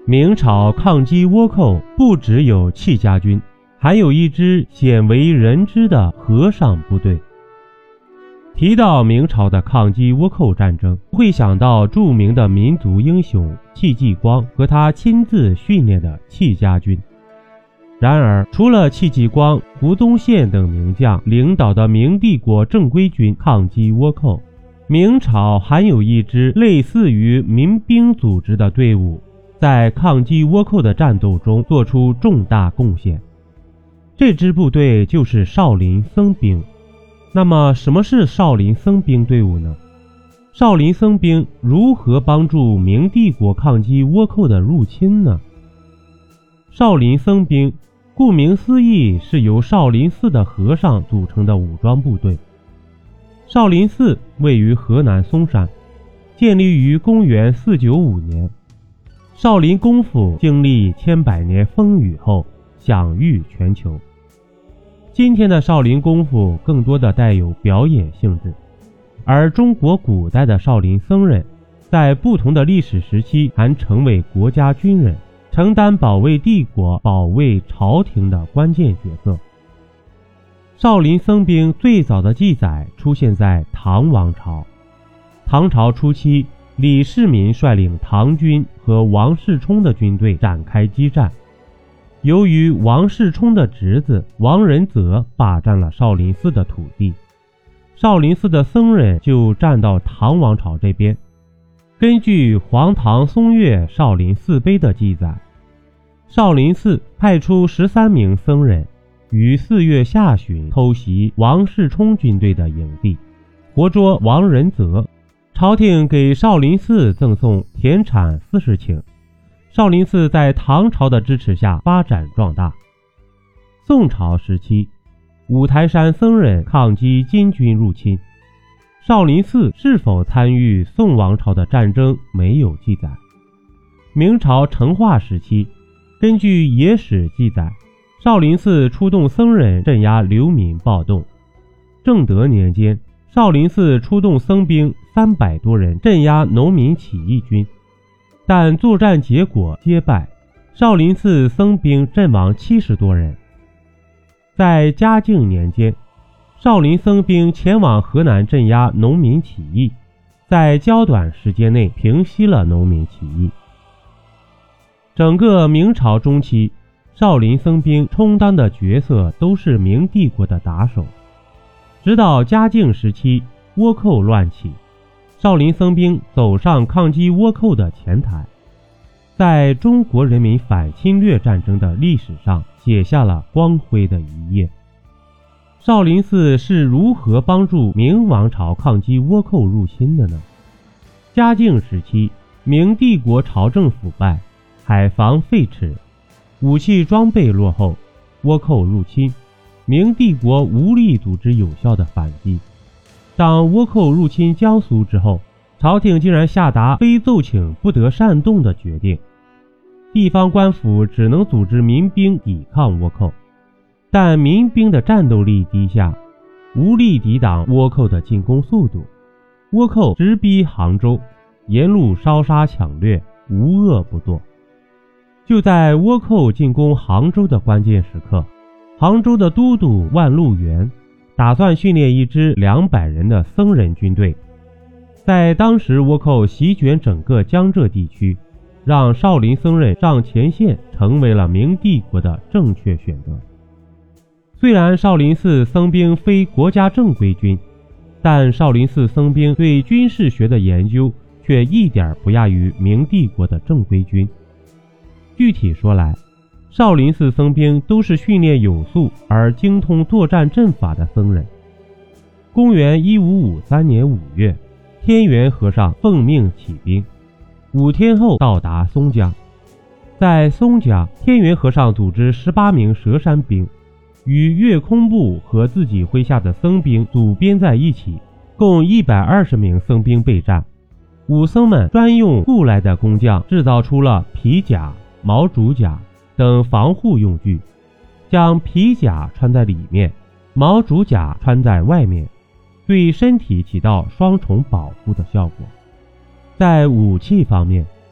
明朝抗击倭寇不只有戚家军，还有一支鲜为人知的和尚部队。提到明朝的抗击倭寇战争，会想到著名的民族英雄戚继光和他亲自训练的戚家军。然而，除了戚继光、胡宗宪等名将领导的明帝国正规军抗击倭寇，明朝还有一支类似于民兵组织的队伍，在抗击倭寇的战斗中做出重大贡献。这支部队就是少林僧兵。那么什么是少林僧兵队伍呢？少林僧兵如何帮助明帝国抗击倭寇的入侵呢？少林僧兵顾名思义是由少林寺的和尚组成的武装部队。少林寺位于河南嵩山，建立于公元495年。少林功夫经历千百年风雨后享誉全球。今天的少林功夫更多的带有表演性质，而中国古代的少林僧人在不同的历史时期还成为国家军人，承担保卫帝国、保卫朝廷的关键角色。少林僧兵最早的记载出现在唐王朝。唐朝初期，李世民率领唐军和王世充的军队展开激战。由于王世充的侄子王仁泽霸占了少林寺的土地，少林寺的僧人就站到唐王朝这边。根据黄唐松岳少林寺碑的记载，少林寺派出13名僧人于4月下旬偷袭王世充军队的营地，活捉王仁泽。朝廷给少林寺赠送田产40顷。少林寺在唐朝的支持下发展壮大。宋朝时期，五台山僧人抗击金军入侵。少林寺是否参与宋王朝的战争没有记载。明朝成化时期，根据野史记载，少林寺出动僧人镇压流民暴动。正德年间，少林寺出动僧兵300多人镇压农民起义军，但作战结果皆败，少林寺僧兵阵亡70多人。在嘉靖年间，少林僧兵前往河南镇压农民起义，在较短时间内平息了农民起义。整个明朝中期，少林僧兵充当的角色都是明帝国的打手。直到嘉靖时期，倭寇乱起，少林僧兵走上抗击倭寇的前台，在中国人民反侵略战争的历史上写下了光辉的一页。少林寺是如何帮助明王朝抗击倭寇入侵的呢？嘉靖时期，明帝国朝政腐败，海防废弛，武器装备落后，倭寇入侵，明帝国无力组织有效的反击。当倭寇入侵江苏之后，朝廷竟然下达非奏请不得煽动的决定，地方官府只能组织民兵抵抗倭寇，但民兵的战斗力低下，无力抵挡倭寇的进攻速度。倭寇直逼杭州，沿路烧杀抢掠，无恶不作。就在倭寇进攻杭州的关键时刻，杭州的都督万禄元打算训练一支200人的僧人军队。在当时倭寇席卷整个江浙地区，让少林僧人上前线成为了明帝国的正确选择。虽然少林寺僧兵非国家正规军，但少林寺僧兵对军事学的研究却一点不亚于明帝国的正规军。具体说来，少林寺僧兵都是训练有素而精通作战阵法的僧人。公元1553年5月，天元和尚奉命起兵，5天后到达松江。在松江，天元和尚组织18名蛇山兵，与月空部和自己麾下的僧兵组编在一起，共120名僧兵备战。武僧们专用雇来的工匠制造出了皮甲、毛竹甲等防护用具，将皮甲穿在里面，毛竹甲穿在外面，对身体起到双重保护的效果。在武器方面，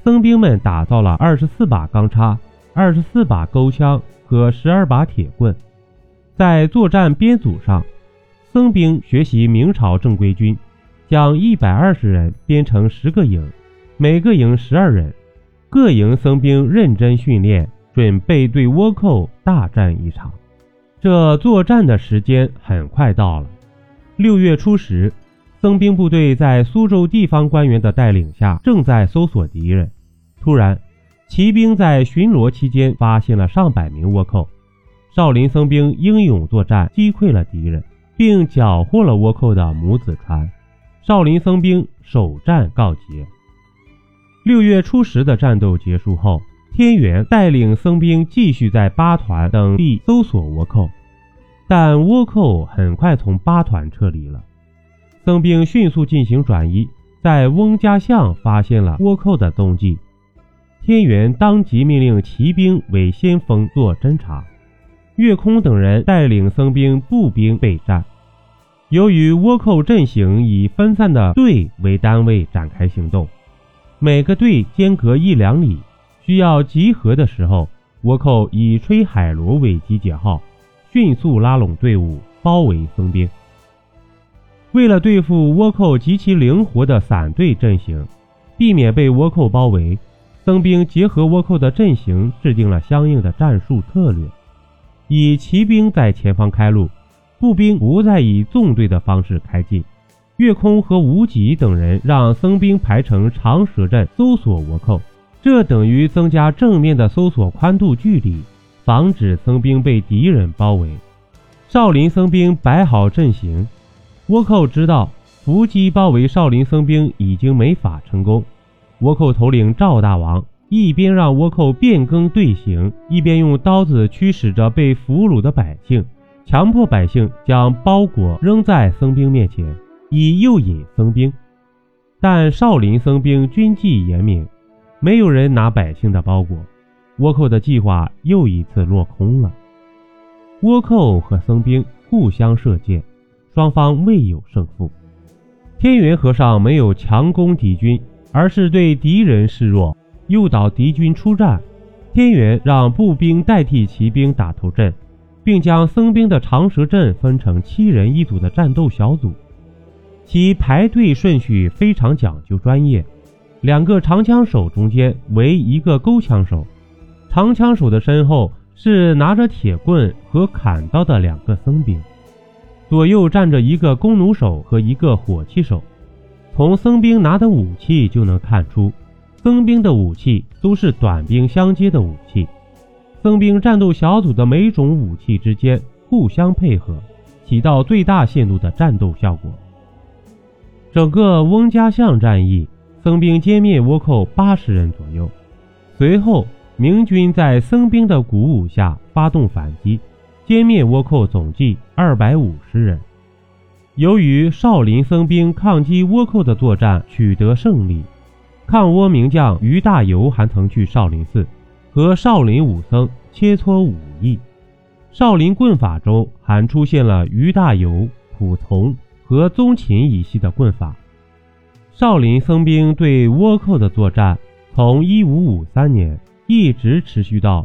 僧兵们打造了24把钢叉、24把钩枪和12把铁棍。在作战编组上，僧兵学习明朝正规军，将120人编成10个营，每个营12人，各营僧兵认真训练，准备对倭寇大战一场。这作战的时间很快到了。6月初10，僧兵部队在苏州地方官员的带领下正在搜索敌人。突然，骑兵在巡逻期间发现了上百名倭寇。少林僧兵英勇作战，击溃了敌人，并缴获了倭寇的母子船。少林僧兵首战告捷。6月初10的战斗结束后，天元带领僧兵继续在巴团等地搜索倭寇，但倭寇很快从巴团撤离了。僧兵迅速进行转移，在翁家巷发现了倭寇的踪迹。天元当即命令骑兵为先锋做侦察，岳空等人带领僧兵步兵备战。由于倭寇阵型以分散的队为单位展开行动，每个队间隔1-2里，需要集合的时候，倭寇以吹海螺为集结号，迅速拉拢队伍，包围僧兵。为了对付倭寇极其灵活的散队阵型，避免被倭寇包围，僧兵结合倭寇的阵型制定了相应的战术策略，以骑兵在前方开路，步兵不再以纵队的方式开进。岳空和无极等人让僧兵排成长蛇阵搜索倭寇，这等于增加正面的搜索宽度距离，防止僧兵被敌人包围。少林僧兵摆好阵型，倭寇知道伏击包围少林僧兵已经没法成功。倭寇头领赵大王一边让倭寇变更队形，一边用刀子驱使着被俘虏的百姓，强迫百姓将包裹扔在僧兵面前，以诱引僧兵。但少林僧兵军纪严明，没有人拿百姓的包裹，倭寇的计划又一次落空了。倭寇和僧兵互相射箭，双方未有胜负。天元和尚没有强攻敌军，而是对敌人示弱，诱导敌军出战。天元让步兵代替骑兵打头阵，并将僧兵的长蛇阵分成7人一组的战斗小组，其排队顺序非常讲究专业。2个长枪手中间为1个钩枪手，长枪手的身后是拿着铁棍和砍刀的2个僧兵，左右站着1个弓弩手和1个火器手。从僧兵拿的武器就能看出，僧兵的武器都是短兵相接的武器。僧兵战斗小组的每种武器之间互相配合，起到最大限度的战斗效果。整个翁家巷战役，僧兵歼灭倭寇80人左右。随后明军在僧兵的鼓舞下发动反击，歼灭倭寇总计250人。由于少林僧兵抗击倭寇的作战取得胜利，抗倭名将于大猷还曾去少林寺和少林武僧切磋武艺。少林棍法中还出现了于大猷、蒲从和宗秦一系的棍法。少林僧兵对倭寇的作战从1553年一直持续到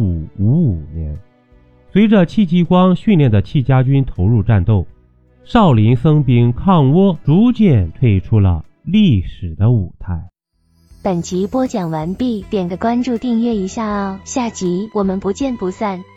1555年。随着戚继光训练的戚家军投入战斗，少林僧兵抗倭逐渐退出了历史的舞台。 本集播讲完毕，点个关注订阅一下哦，下集我们不见不散。